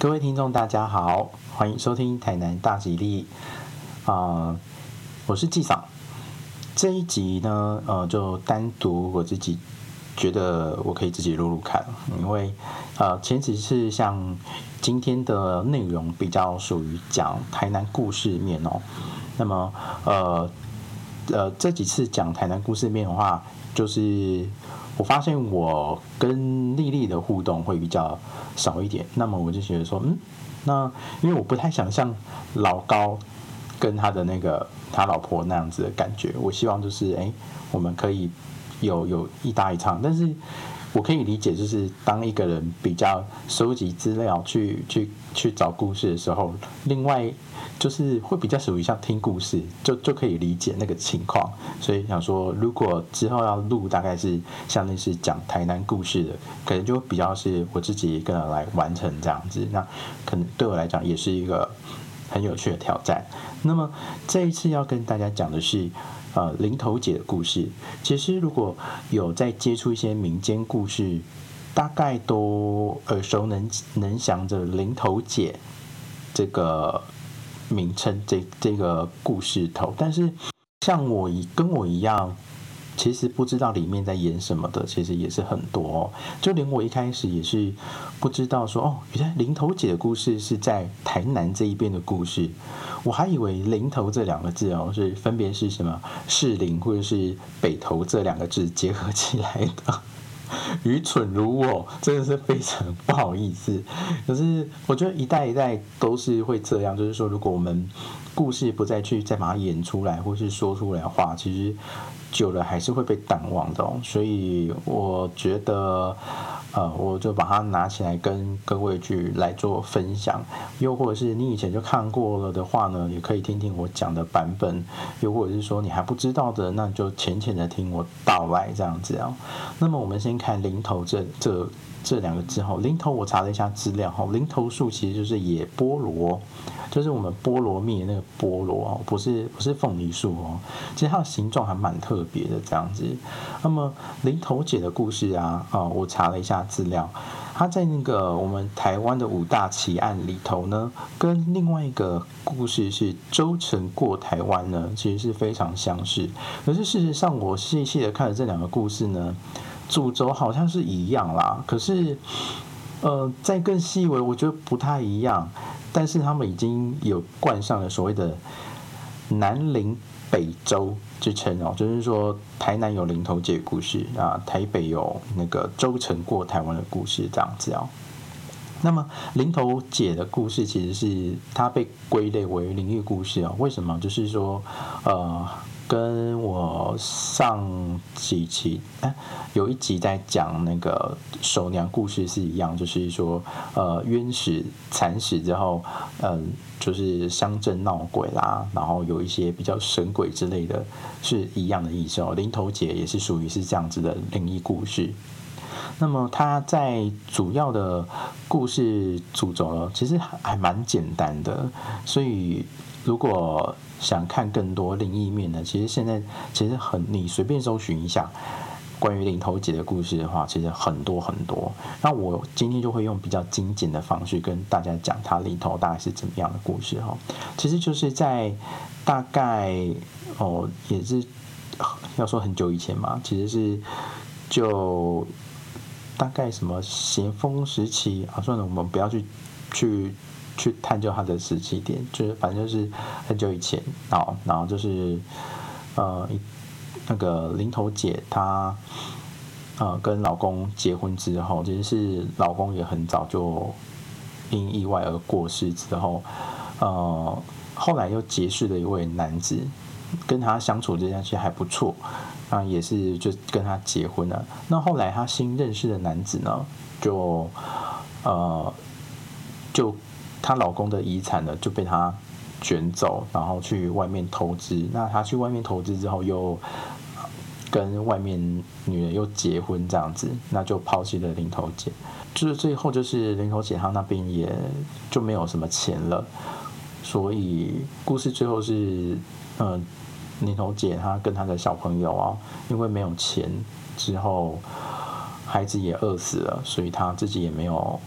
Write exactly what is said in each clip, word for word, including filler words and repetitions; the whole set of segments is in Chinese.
各位听众大家好，欢迎收听台南大吉利啊、呃，我是纪赏。这一集呢，呃，就单独我自己觉得我可以自己录录看，因为呃前几次像今天的内容比较属于讲台南故事面哦，那么呃呃这几次讲台南故事面的话，就是我发现我跟丽丽的互动会比较少一点，那么我就觉得说，嗯，那因为我不太想像老高跟他的那个他老婆那样子的感觉，我希望就是哎，我们可以有有一搭一唱，但是我可以理解，就是当一个人比较收集资料去去去找故事的时候，另外就是会比较属于像听故事，就就可以理解那个情况。所以想说，如果之后要录，大概是像类似讲台南故事的，可能就比较是我自己一个人来完成这样子。那可能对我来讲也是一个很有趣的挑战。那么这一次要跟大家讲的是。呃，林头姐的故事，其实如果有在接触一些民间故事，大概都耳熟能能详着林头姐这个名称，这这个故事头。但是像我一跟我一样，其实不知道里面在演什么的，其实也是很多哦。就连我一开始也是不知道说，哦，原来林头姐的故事是在台南这一边的故事。我还以为林头这两个字哦，是分别是什么士林或者是北投这两个字结合起来的。愚蠢如我，真的是非常不好意思。可是我觉得一代一代都是会这样，就是说，如果我们故事不再去再把它演出来，或是说出来的话，其实久了还是会被淡忘的哦。所以我觉得，呃，我就把它拿起来跟各位去来做分享。又或者是你以前就看过了的话呢，也可以听听我讲的版本。又或者是说你还不知道的，那就浅浅的听我道来这样子啊。那么我们先看林头这这这两个字哈，林头我查了一下资料哈，林头树其实就是野菠萝，就是我们菠萝蜜的那个菠萝哦，不是不是凤梨树哦，其实它的形状还蛮特别的这样子。那么林头姐的故事啊，啊、呃，我查了一下资料，它在那个我们台湾的五大奇案里头呢，跟另外一个故事是周成过台湾呢，其实是非常相似。可是事实上，我细细的看了这两个故事呢，主轴好像是一样啦，可是呃，在更细微，我觉得不太一样。但是他们已经有冠上了所谓的南林北周之称哦，就是说台南有林头姐的故事啊，台北有那个周成过台湾的故事这样子哦。那么林头姐的故事其实是她被归类为灵异故事哦，为什么？就是说呃。跟我上几期哎有一集在讲那个守娘故事是一样，就是说呃冤死惨死之后，嗯、呃、就是乡镇闹鬼啦，然后有一些比较神鬼之类的，是一样的意思哦。林头姐也是属于是这样子的灵异故事。那么它在主要的故事主轴呢，其实还蛮简单的，所以如果想看更多灵异面的，其实现在其实很，你随便搜寻一下关于林头姐的故事的话，其实很多很多。那我今天就会用比较精简的方式跟大家讲它里头大概是怎么样的故事哈。其实就是在大概哦，也是要说很久以前嘛，其实是就大概什么咸丰时期啊，算了，我们不要去去。去探究它的时期点，就是反正就是很久以前，然后然后就是呃那个林头姐她呃跟老公结婚之后，其实是老公也很早就因意外而过世之后，呃后来又结识了一位男子，跟他相处之间其实还不错，啊也是就跟他结婚了。那后来他新认识的男子呢，就呃就她老公的遗产呢就被她卷走，然后去外面投资。那她去外面投资之后，又跟外面女人又结婚这样子，那就抛弃了林头姐。就是最后就是林头姐她那边也就没有什么钱了，所以故事最后是，呃，林头姐她跟她的小朋友啊，因为没有钱之后，孩子也饿死了，所以她自己也没有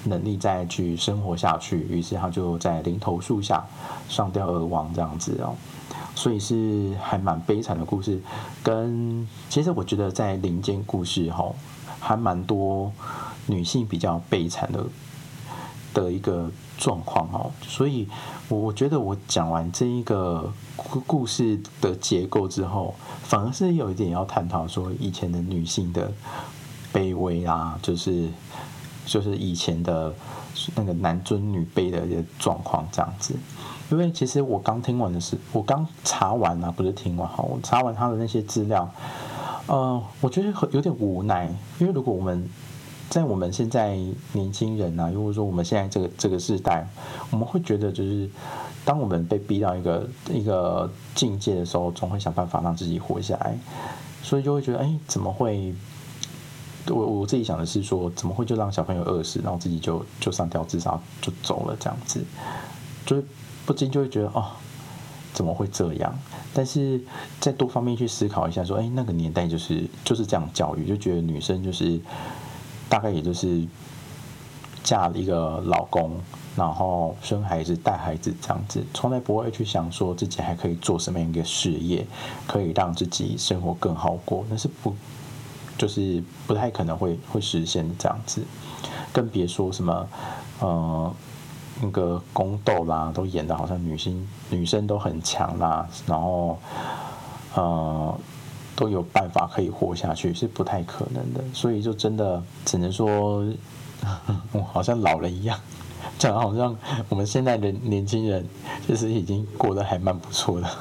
能力再去生活下去，于是他就在林头树下上吊而亡这样子哦。所以是还蛮悲惨的故事，跟其实我觉得在林间故事哈、哦，还蛮多女性比较悲惨的的一个状况哦。所以我我觉得我讲完这一个故事的结构之后，反而是有一点要探讨说以前的女性的卑微啊，就是就是以前的那个男尊女卑的一些状况这样子。因为其实我刚听完的是，我刚查完啊，不是听完哈，我查完他的那些资料，呃，我觉得有点无奈，因为如果我们在我们现在年轻人啊，如果说我们现在这个这个时代，我们会觉得就是当我们被逼到一个一个境界的时候，总会想办法让自己活下来，所以就会觉得，哎，怎么会？我我自己想的是说，怎么会就让小朋友饿死，然后自己就就上吊自杀就走了这样子，就是不禁就会觉得哦，怎么会这样？但是再多方面去思考一下，说，哎，那个年代就是就是这样教育，就觉得女生就是大概也就是嫁了一个老公，然后生孩子、带孩子这样子，从来不会去想说自己还可以做什么样一个事业，可以让自己生活更好过，那是不就是不太可能会会实现这样子，更别说什么呃。那个宫斗啦，都演的好像女性女生都很强啦，然后呃都有办法可以活下去，是不太可能的。所以就真的只能说，我好像老了一样，讲好像我们现在的年轻人其实已经过得还蛮不错的，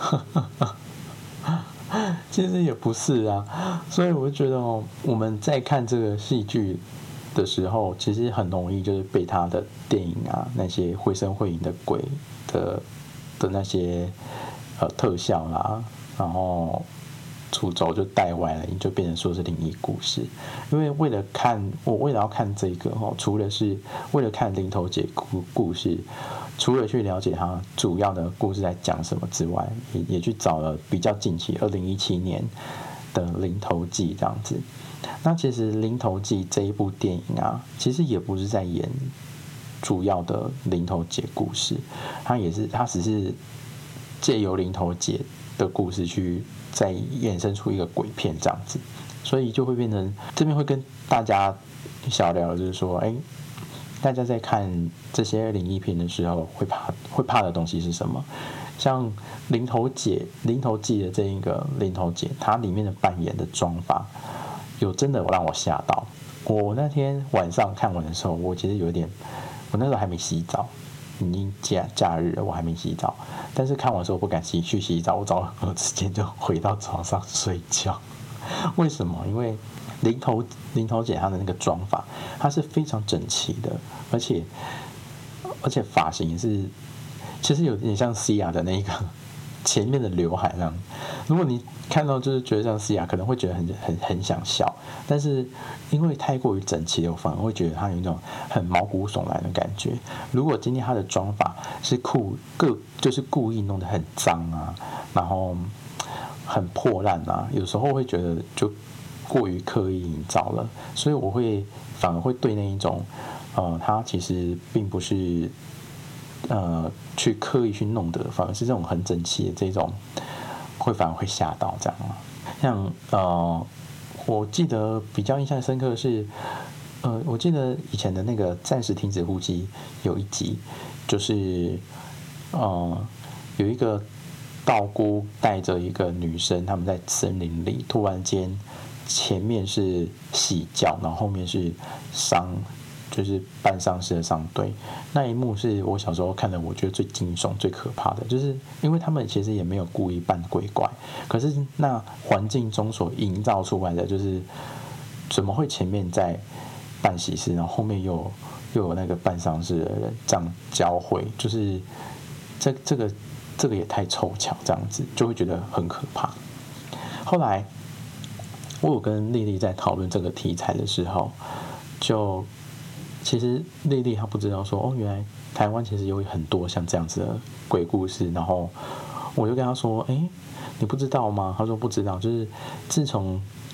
其实也不是啊。所以我就觉得哦，我们在看这个戏剧的时候，其实很容易就是被他的电影啊，那些绘声绘影的鬼的的那些呃特效啦，然后主轴就带歪了，就变成说是灵异故事。因为为了看，我为了要看这个哦，除了是为了看林头姐故故事，除了去了解它主要的故事在讲什么之外，也也去找了比较近期二零一七年的《林头记》这样子。那其实《林头记》这一部电影啊，其实也不是在演主要的林头姐故事，它也是它只是借由林头姐的故事去再衍生出一个鬼片这样子，所以就会变成这边会跟大家小聊，就是说，哎，大家在看这些灵异片的时候，会怕会怕的东西是什么？像林头姐《林头记》的这一个林头姐，她里面的扮演的妆法。有真的让我吓到。我那天晚上看完的时候，我其实有点，我那时候还没洗澡，已经假假日了，我还没洗澡。但是看完之后不敢洗去洗澡，我找了时间就回到床上睡觉。为什么？因为林头林头姐她的那个妆法，她是非常整齐的，而且而且发型也是，其实有点像西亚的那个前面的刘海那样。如果你看到就是觉得像西亚，可能会觉得很很很想笑，但是因为太过于整齐了，我反而会觉得它有一种很毛骨悚然的感觉。如果今天他的妆法是故各就是故意弄得很脏啊，然后很破烂啊，有时候会觉得就过于刻意营造了，所以我会反而会对那一种呃，他其实并不是呃去刻意去弄的，反而是这种很整齐的这种。会反而会吓到这样啊，像呃，我记得比较印象深刻的是，呃，我记得以前的那个暂时停止呼吸有一集，就是呃有一个道姑带着一个女生，他们在森林里，突然间前面是喜轿，然后后面是丧。就是办丧事的上队那一幕是我小时候看的，我觉得最惊悚、最可怕的，就是因为他们其实也没有故意扮鬼怪，可是那环境中所营造出来的，就是怎么会前面在办喜事，然后后面又又有那个办丧事的人这样交汇，就是这这个这个也太凑巧，这样子就会觉得很可怕。后来我有跟丽丽在讨论这个题材的时候，就。其实丽丽她不知道说哦，原来台湾其实有很多像这样子的鬼故事，然后我就跟她说，哎，你不知道吗？她说不知道，就是自从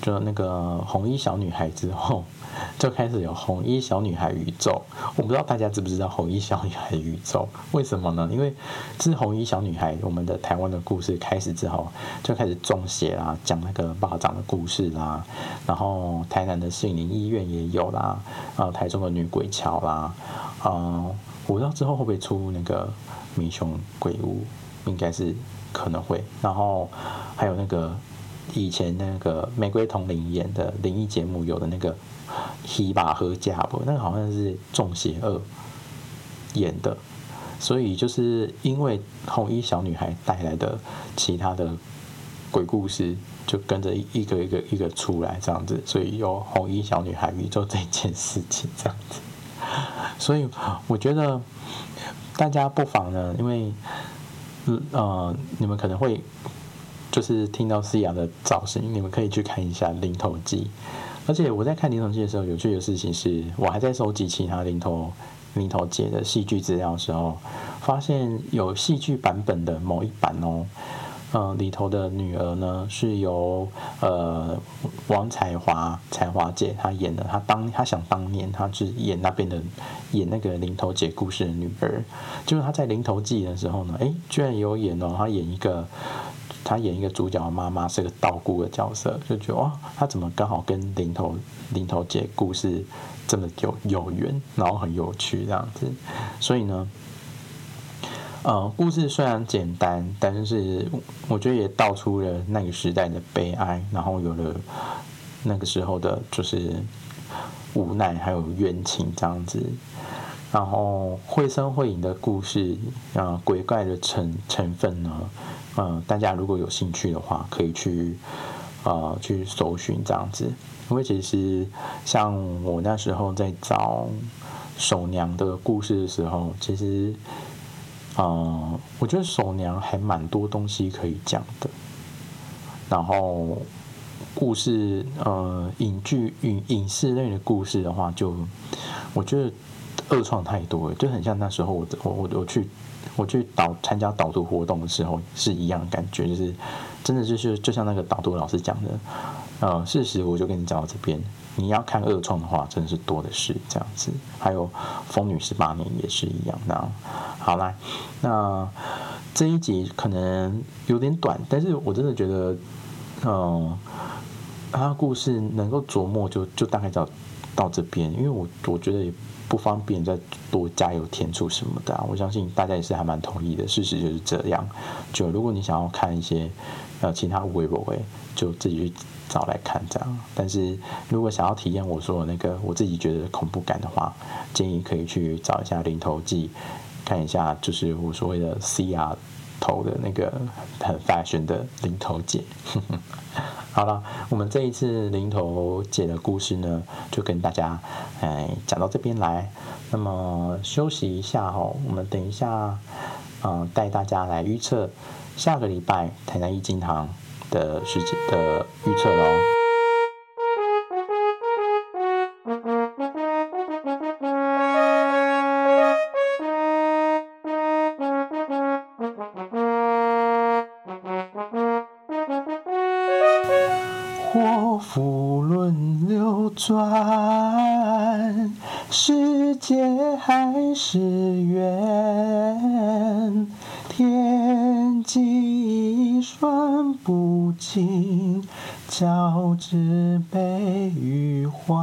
就那个红衣小女孩之后，就开始有红衣小女孩宇宙。我不知道大家知不知道红衣小女孩宇宙？为什么呢？因为自红衣小女孩我们的台湾的故事开始之后，就开始中邪啦，讲那个巴掌的故事啦，然后台南的杏林医院也有啦，呃，台中的女鬼桥啦，呃，我不知道之后会不会出那个迷熊鬼屋，应该是可能会。然后还有那个以前那个玫瑰童林演的灵异节目有的那个希巴喝家不，那个好像是中邪二演的，所以就是因为红衣小女孩带来的其他的鬼故事，就跟着一个一个一个出来这样子，所以有红衣小女孩宇宙这件事情这样子。所以我觉得大家不妨呢，因为呃你们可能会就是听到思雅的造型，你们可以去看一下《林头记》。而且我在看《林头记》的时候，有趣的事情是，我还在收集其他林头林头姐的戏剧资料的时候，发现有戏剧版本的某一版哦，呃，里头的女儿呢是由呃王彩华彩华姐她演的，她当她想当年她是演那边的演那个林头姐故事的女儿，就是她在《林头记》的时候呢，哎，居然也有演哦，她演一个。他演一个主角的妈妈是个道姑的角色，就觉得哇，他怎么刚好跟林头林头姐故事真的有有缘，然后很有趣这样子。所以呢，呃，故事虽然简单，但是我觉得也道出了那个时代的悲哀，然后有了那个时候的就是无奈还有冤情这样子。然后绘声绘影的故事，呃，鬼怪的成成分呢？呃，大家如果有兴趣的话，可以去呃去搜寻这样子。因为其实像我那时候在找手娘的故事的时候，其实呃，我觉得手娘还蛮多东西可以讲的。然后故事呃影剧影影视类的故事的话，就我觉得二创太多了，就很像那时候我我我我去。我去导参加导读活动的时候是一样的感觉，就是真的就是就像那个导读老师讲的，呃，事实我就跟你讲到这边，你要看二创的话，真的是多的是这样子。还有疯女十八年也是一样。那好啦，那这一集可能有点短，但是我真的觉得，嗯、呃，他的故事能够琢磨就就大概到到这边，因为我我觉得也不方便再多加油添醋什么的、啊，我相信大家也是还蛮同意的。事实就是这样。就如果你想要看一些呃其他微博诶，就自己去找来看这样。但是如果想要体验我说的那个我自己觉得恐怖感的话，建议可以去找一下《林头记》，看一下就是我所谓的 C R 头的那个很 fashion 的林头姐。好了，我们这一次林头姐的故事呢，就跟大家哎讲到这边来。那么休息一下哦，我们等一下，嗯，带大家来预测下个礼拜台南一金堂的时间的预测咯。祸福轮流转，世界还是圆，天机算不尽，交织悲与欢。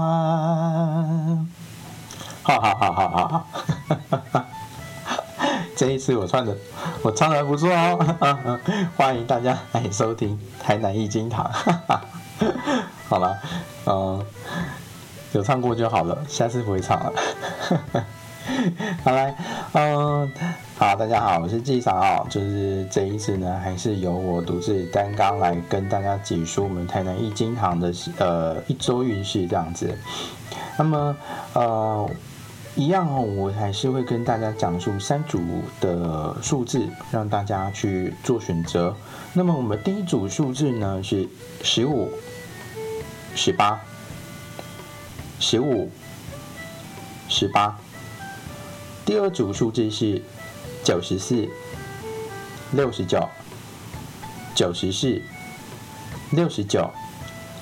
哈哈哈哈哈哈！这一次我唱的，我唱的不错哦，欢迎大家来收听台南一金堂。好了，嗯，有唱过就好了，下次不会唱了。好来，嗯，好，大家好，我是纪赏哦，就是这一次呢，还是由我独自担纲来跟大家解说我们台南一金堂的呃一周运势这样子。那么呃。一样哦，我还是会跟大家讲述三组的数字，让大家去做选择。那么我们第一组数字呢是十五、十八、十五、十八。第二组数字是九十四、六十九、九十四、六十九。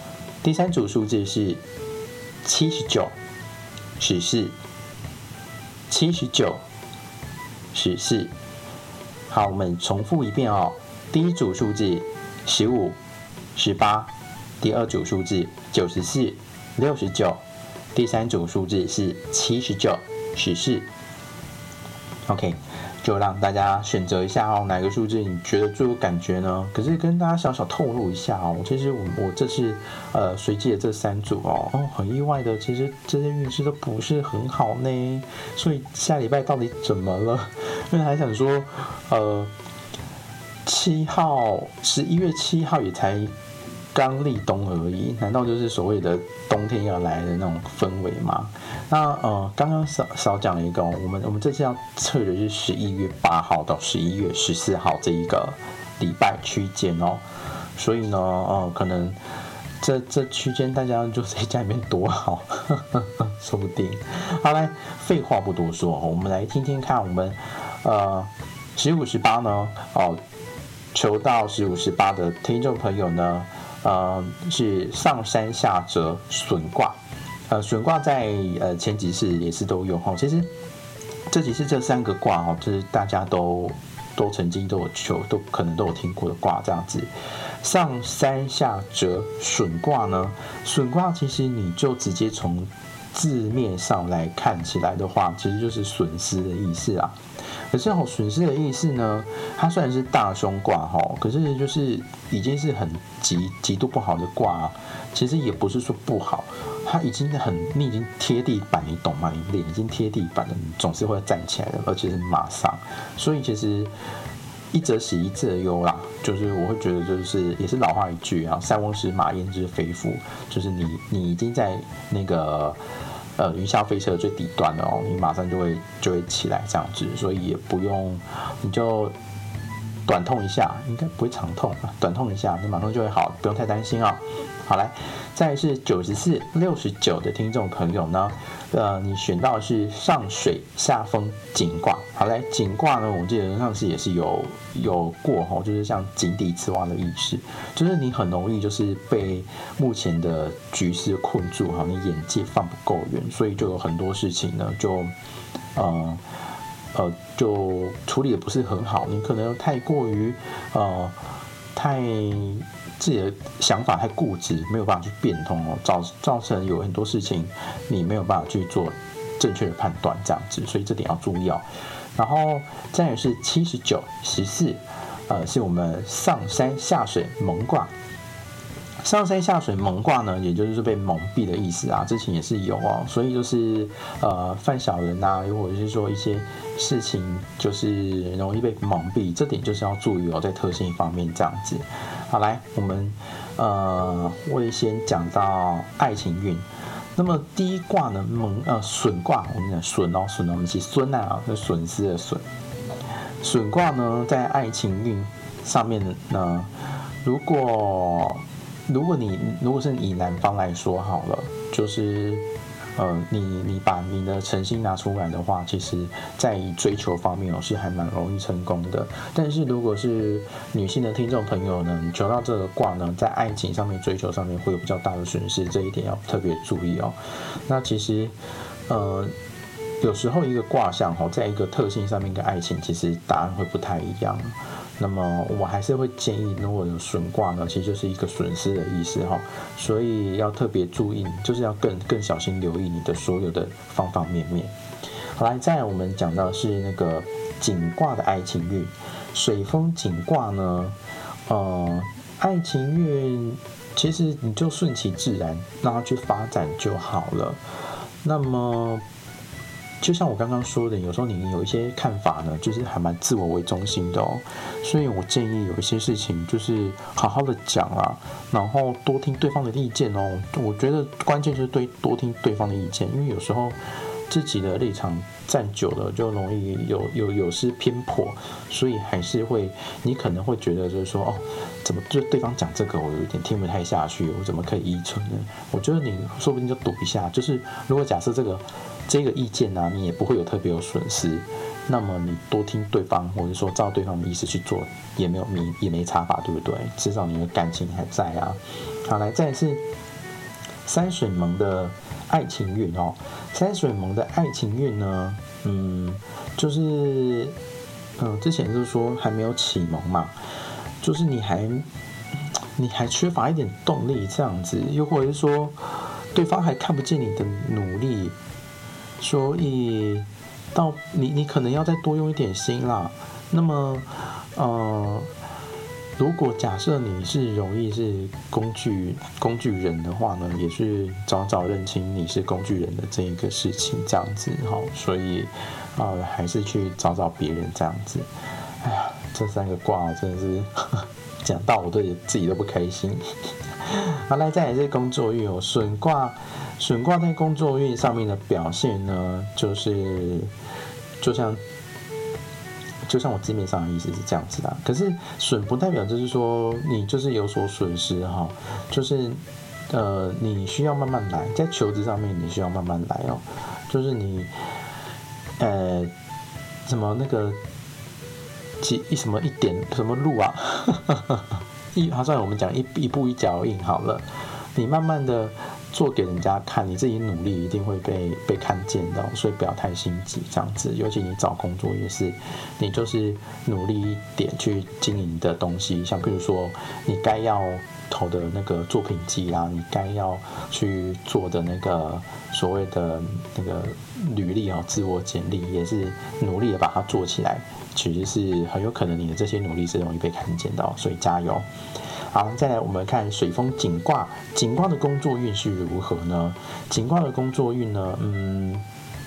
第三组数字是七十九、十四、七十九、十四。好，我们重复一遍哦。第一组数字十五、十八，第二组数字九十四、六十九，第三组数字是七十九、十四。OK， 就让大家选择一下哦，哪个数字你觉得最有感觉呢？可是跟大家小小透露一下哦，其实我我这次呃随机的这三组哦，哦很意外的，其实这些运势都不是很好呢。所以下礼拜到底怎么了？因为还想说，呃，七号十一月七号也才刚立冬而已，难道就是所谓的冬天要来的那种氛围吗？那呃，刚刚少少讲了一个、哦，我们我们这次要测的是十一月八号到十一月十四号这一个礼拜区间哦，所以呢，呃，可能这这区间大家就在家里面躲好，说不定。好，来，废话不多说，我们来听听看，我们呃十五十八呢，哦，求到十五十八的听众朋友呢。呃，是上山下折损卦，呃，损卦在呃前几次也是都有哈。其实这几次这三个卦哈，就是大家都都曾经都有求，都可能都有听过的卦这样子。上山下折损卦呢，损卦其实你就直接从字面上来看起来的话，其实就是损失的意思啊。可是哦，损失的意思呢，它虽然是大凶卦哈，可是就是已经是很极极度不好的卦啊。其实也不是说不好，它已经很，你已经贴地板，你懂吗？你脸已经贴地板了，你总是会站起来的，而且是马上。所以其实一则喜，一则忧啦。就是我会觉得，就是也是老话一句啊，塞翁失马，焉知非福。就是你你已经在那个。呃，云霄飞车的最底端了哦，你马上就会就会起来这样子，所以也不用，你就短痛一下，应该不会长痛啊，短痛一下，你马上就会好，不用太担心啊、哦。好，来，再来是九十四、六十九的听众朋友呢，呃，你选到的是上水下风井卦。好，来，井卦呢，我记得上次也是有有过哈，就是像井底之蛙的意思，就是你很容易就是被目前的局势困住哈，你眼界放不够远，所以就有很多事情呢，就呃呃就处理的不是很好，你可能太过于呃太。自己的想法太固执，没有办法去变通哦，造造成有很多事情你没有办法去做正确的判断，这样子，所以这点要注意哦。然后再来是七十九、十四，呃，是我们上山下水蒙卦。上山下水蒙卦呢，也就是被蒙蔽的意思啊，之前也是有哦，所以就是呃犯小人啊，又或者是说一些事情就是容易被蒙蔽，这点就是要注意哦，在特性方面这样子。好，来，我们呃会先讲到爱情运。那么第一卦呢，蒙呃损卦，我们讲损哦，损哦，我们是损啊，是损失的损。损卦呢，在爱情运上面呢，如果如果你如果是以男方来说好了，就是呃你你把你的诚心拿出来的话，其实在追求方面哦是还蛮容易成功的。但是如果是女性的听众朋友呢，你求到这个卦呢，在爱情上面追求上面会有比较大的损失，这一点要特别注意哦。那其实呃有时候一个卦象哦，在一个特性上面跟爱情其实答案会不太一样。那么我还是会建议，如果有损卦呢，其实就是一个损失的意思哈，所以要特别注意，就是要更更小心留意你的所有的方方面面。好，来，再来我们讲到是那个井卦的爱情运，水风井卦呢，呃，爱情运其实你就顺其自然，让它去发展就好了。那么就像我刚刚说的，有时候你有一些看法呢，就是还蛮自我为中心的哦，所以我建议有一些事情就是好好的讲啦，然后多听对方的意见哦。我觉得关键就是对多听对方的意见，因为有时候自己的立场站久了，就容易有有有失偏颇，所以还是会，你可能会觉得就是说，哦，怎么就对方讲这个，我有点听不太下去，我怎么可以依存呢？我觉得你说不定就赌一下，就是如果假设这个。这个意见呢、啊，你也不会有特别有损失。那么你多听对方，或者说照对方的意思去做，也没有也没差吧，对不对？至少你的感情还在啊。好，来，再来是山水萌的爱情运哦，山水萌的爱情运呢，嗯，就是嗯、呃，之前就是说还没有启蒙嘛，就是你还你还缺乏一点动力这样子，又或者是说对方还看不见你的努力，所以到你你可能要再多用一点心啦。那么呃。如果假设你是容易是工具工具人的话呢，也是早早认清你是工具人的这一个事情，这样子哈，所以啊、呃，还是去找找别人这样子。哎呀，这三个卦真的是讲到我对自己都不开心。好，来再来是工作运哦，损卦，损卦在工作运上面的表现呢，就是就像。就像我字面上的意思是这样子的，可是损不代表就是说你就是有所损失哈，就是呃你需要慢慢来，在求职上面你需要慢慢来哦，就是你呃什么那个几一什么一点什么路啊，一好像我们讲一一步一脚印好了，你慢慢的。做给人家看，你自己努力一定会被被看见的，所以不要太心急这样子。尤其你找工作也是，你就是努力一点去经营的东西，像比如说你该要投的那个作品集啦，你该要去做的那个所谓的那个履历哦，自我简历也是努力的把它做起来。其实是很有可能你的这些努力是容易被看见的，所以加油。好，再来我们看水风井卦，井卦的工作运是如何呢？井卦的工作运呢，嗯，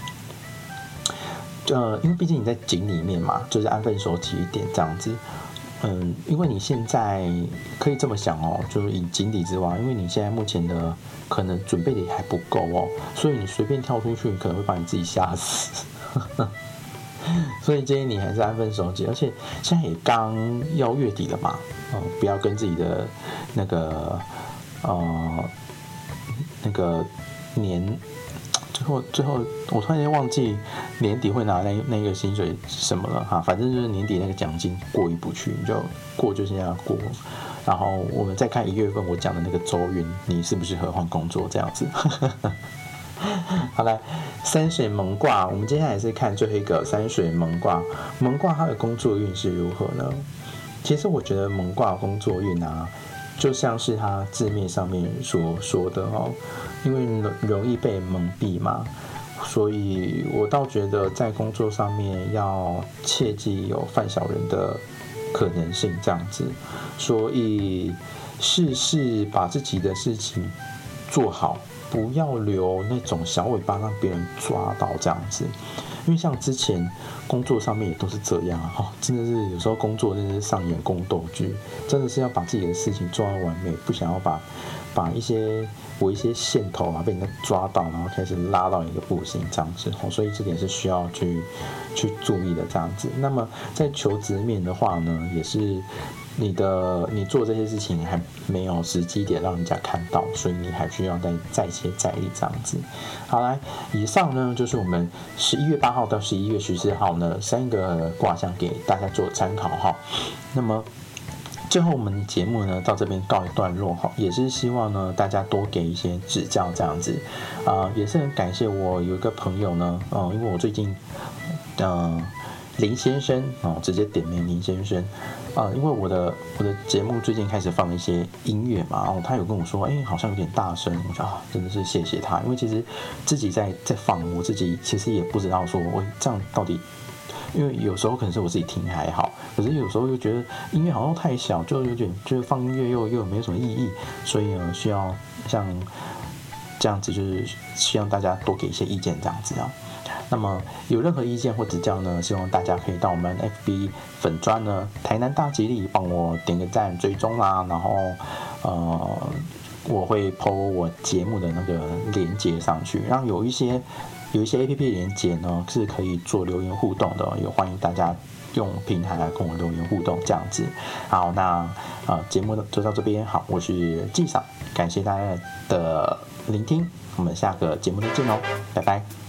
呃，因为毕竟你在井里面嘛，就是安分守己一点这样子。嗯，因为你现在可以这么想哦，就是以井底之蛙，因为你现在目前的可能准备的也还不够哦，所以你随便跳出去，可能会把你自己吓死。所以建议你还是安分守己，而且现在也刚要月底了嘛，嗯，不要跟自己的那个呃那个年最后最后，我突然间忘记年底会拿那那个薪水是什么了哈，反正就是年底那个奖金过意不去，你就过就是要过，然后我们再看一月份我讲的那个周运，你适不适合换工作这样子。好来，山水蒙卦，我们接下来是看最后一个山水蒙卦。蒙卦它的工作运是如何呢？其实我觉得蒙卦工作运啊，就像是它字面上面所说的哦，因为容易被蒙蔽嘛，所以我倒觉得在工作上面要切记有犯小人的可能性，这样子，所以事事把自己的事情做好。不要留那种小尾巴让别人抓到这样子，因为像之前工作上面也都是这样啊、哦，真的是有时候工作真的是上演宫斗剧，真的是要把自己的事情做到完美，不想要把把一些我一些线头啊被人家抓到，然后开始拉到一个不行这样子，哦，所以这点是需要去去注意的这样子。那么在求职面的话呢，也是。你的你做这些事情还没有时机点让人家看到，所以你还需要再再接再厉这样子。好，来，以上呢就是我们十一月八号到十一月十四号呢三个卦象给大家做参考哈。那么最后我们的节目呢到这边告一段落哈，也是希望呢大家多给一些指教这样子啊、呃，也是很感谢我有一个朋友呢，嗯、呃，因为我最近嗯。呃林先生哦，直接点名林先生啊、呃，因为我的我的节目最近开始放一些音乐嘛，然后他有跟我说，哎，好像有点大声，我说啊，真的是谢谢他，因为其实自己在在放，我自己其实也不知道说我这样到底，因为有时候可能是我自己听还好，可是有时候又觉得音乐好像太小，就有点就是放音乐又又没有什么意义，所以呢，需要像这样子，就是希望大家多给一些意见这样子啊。那么有任何意见或指教呢，希望大家可以到我们 F B 粉专呢台南大吉利帮我点个赞追踪啦，然后呃我会 po 我节目的那个连结上去，然后有一些有一些 A P P 连结呢是可以做留言互动的，也欢迎大家用平台来跟我留言互动这样子。好，那呃节目就到这边，好，我是纪赏，感谢大家的聆听，我们下个节目再见喽，拜拜。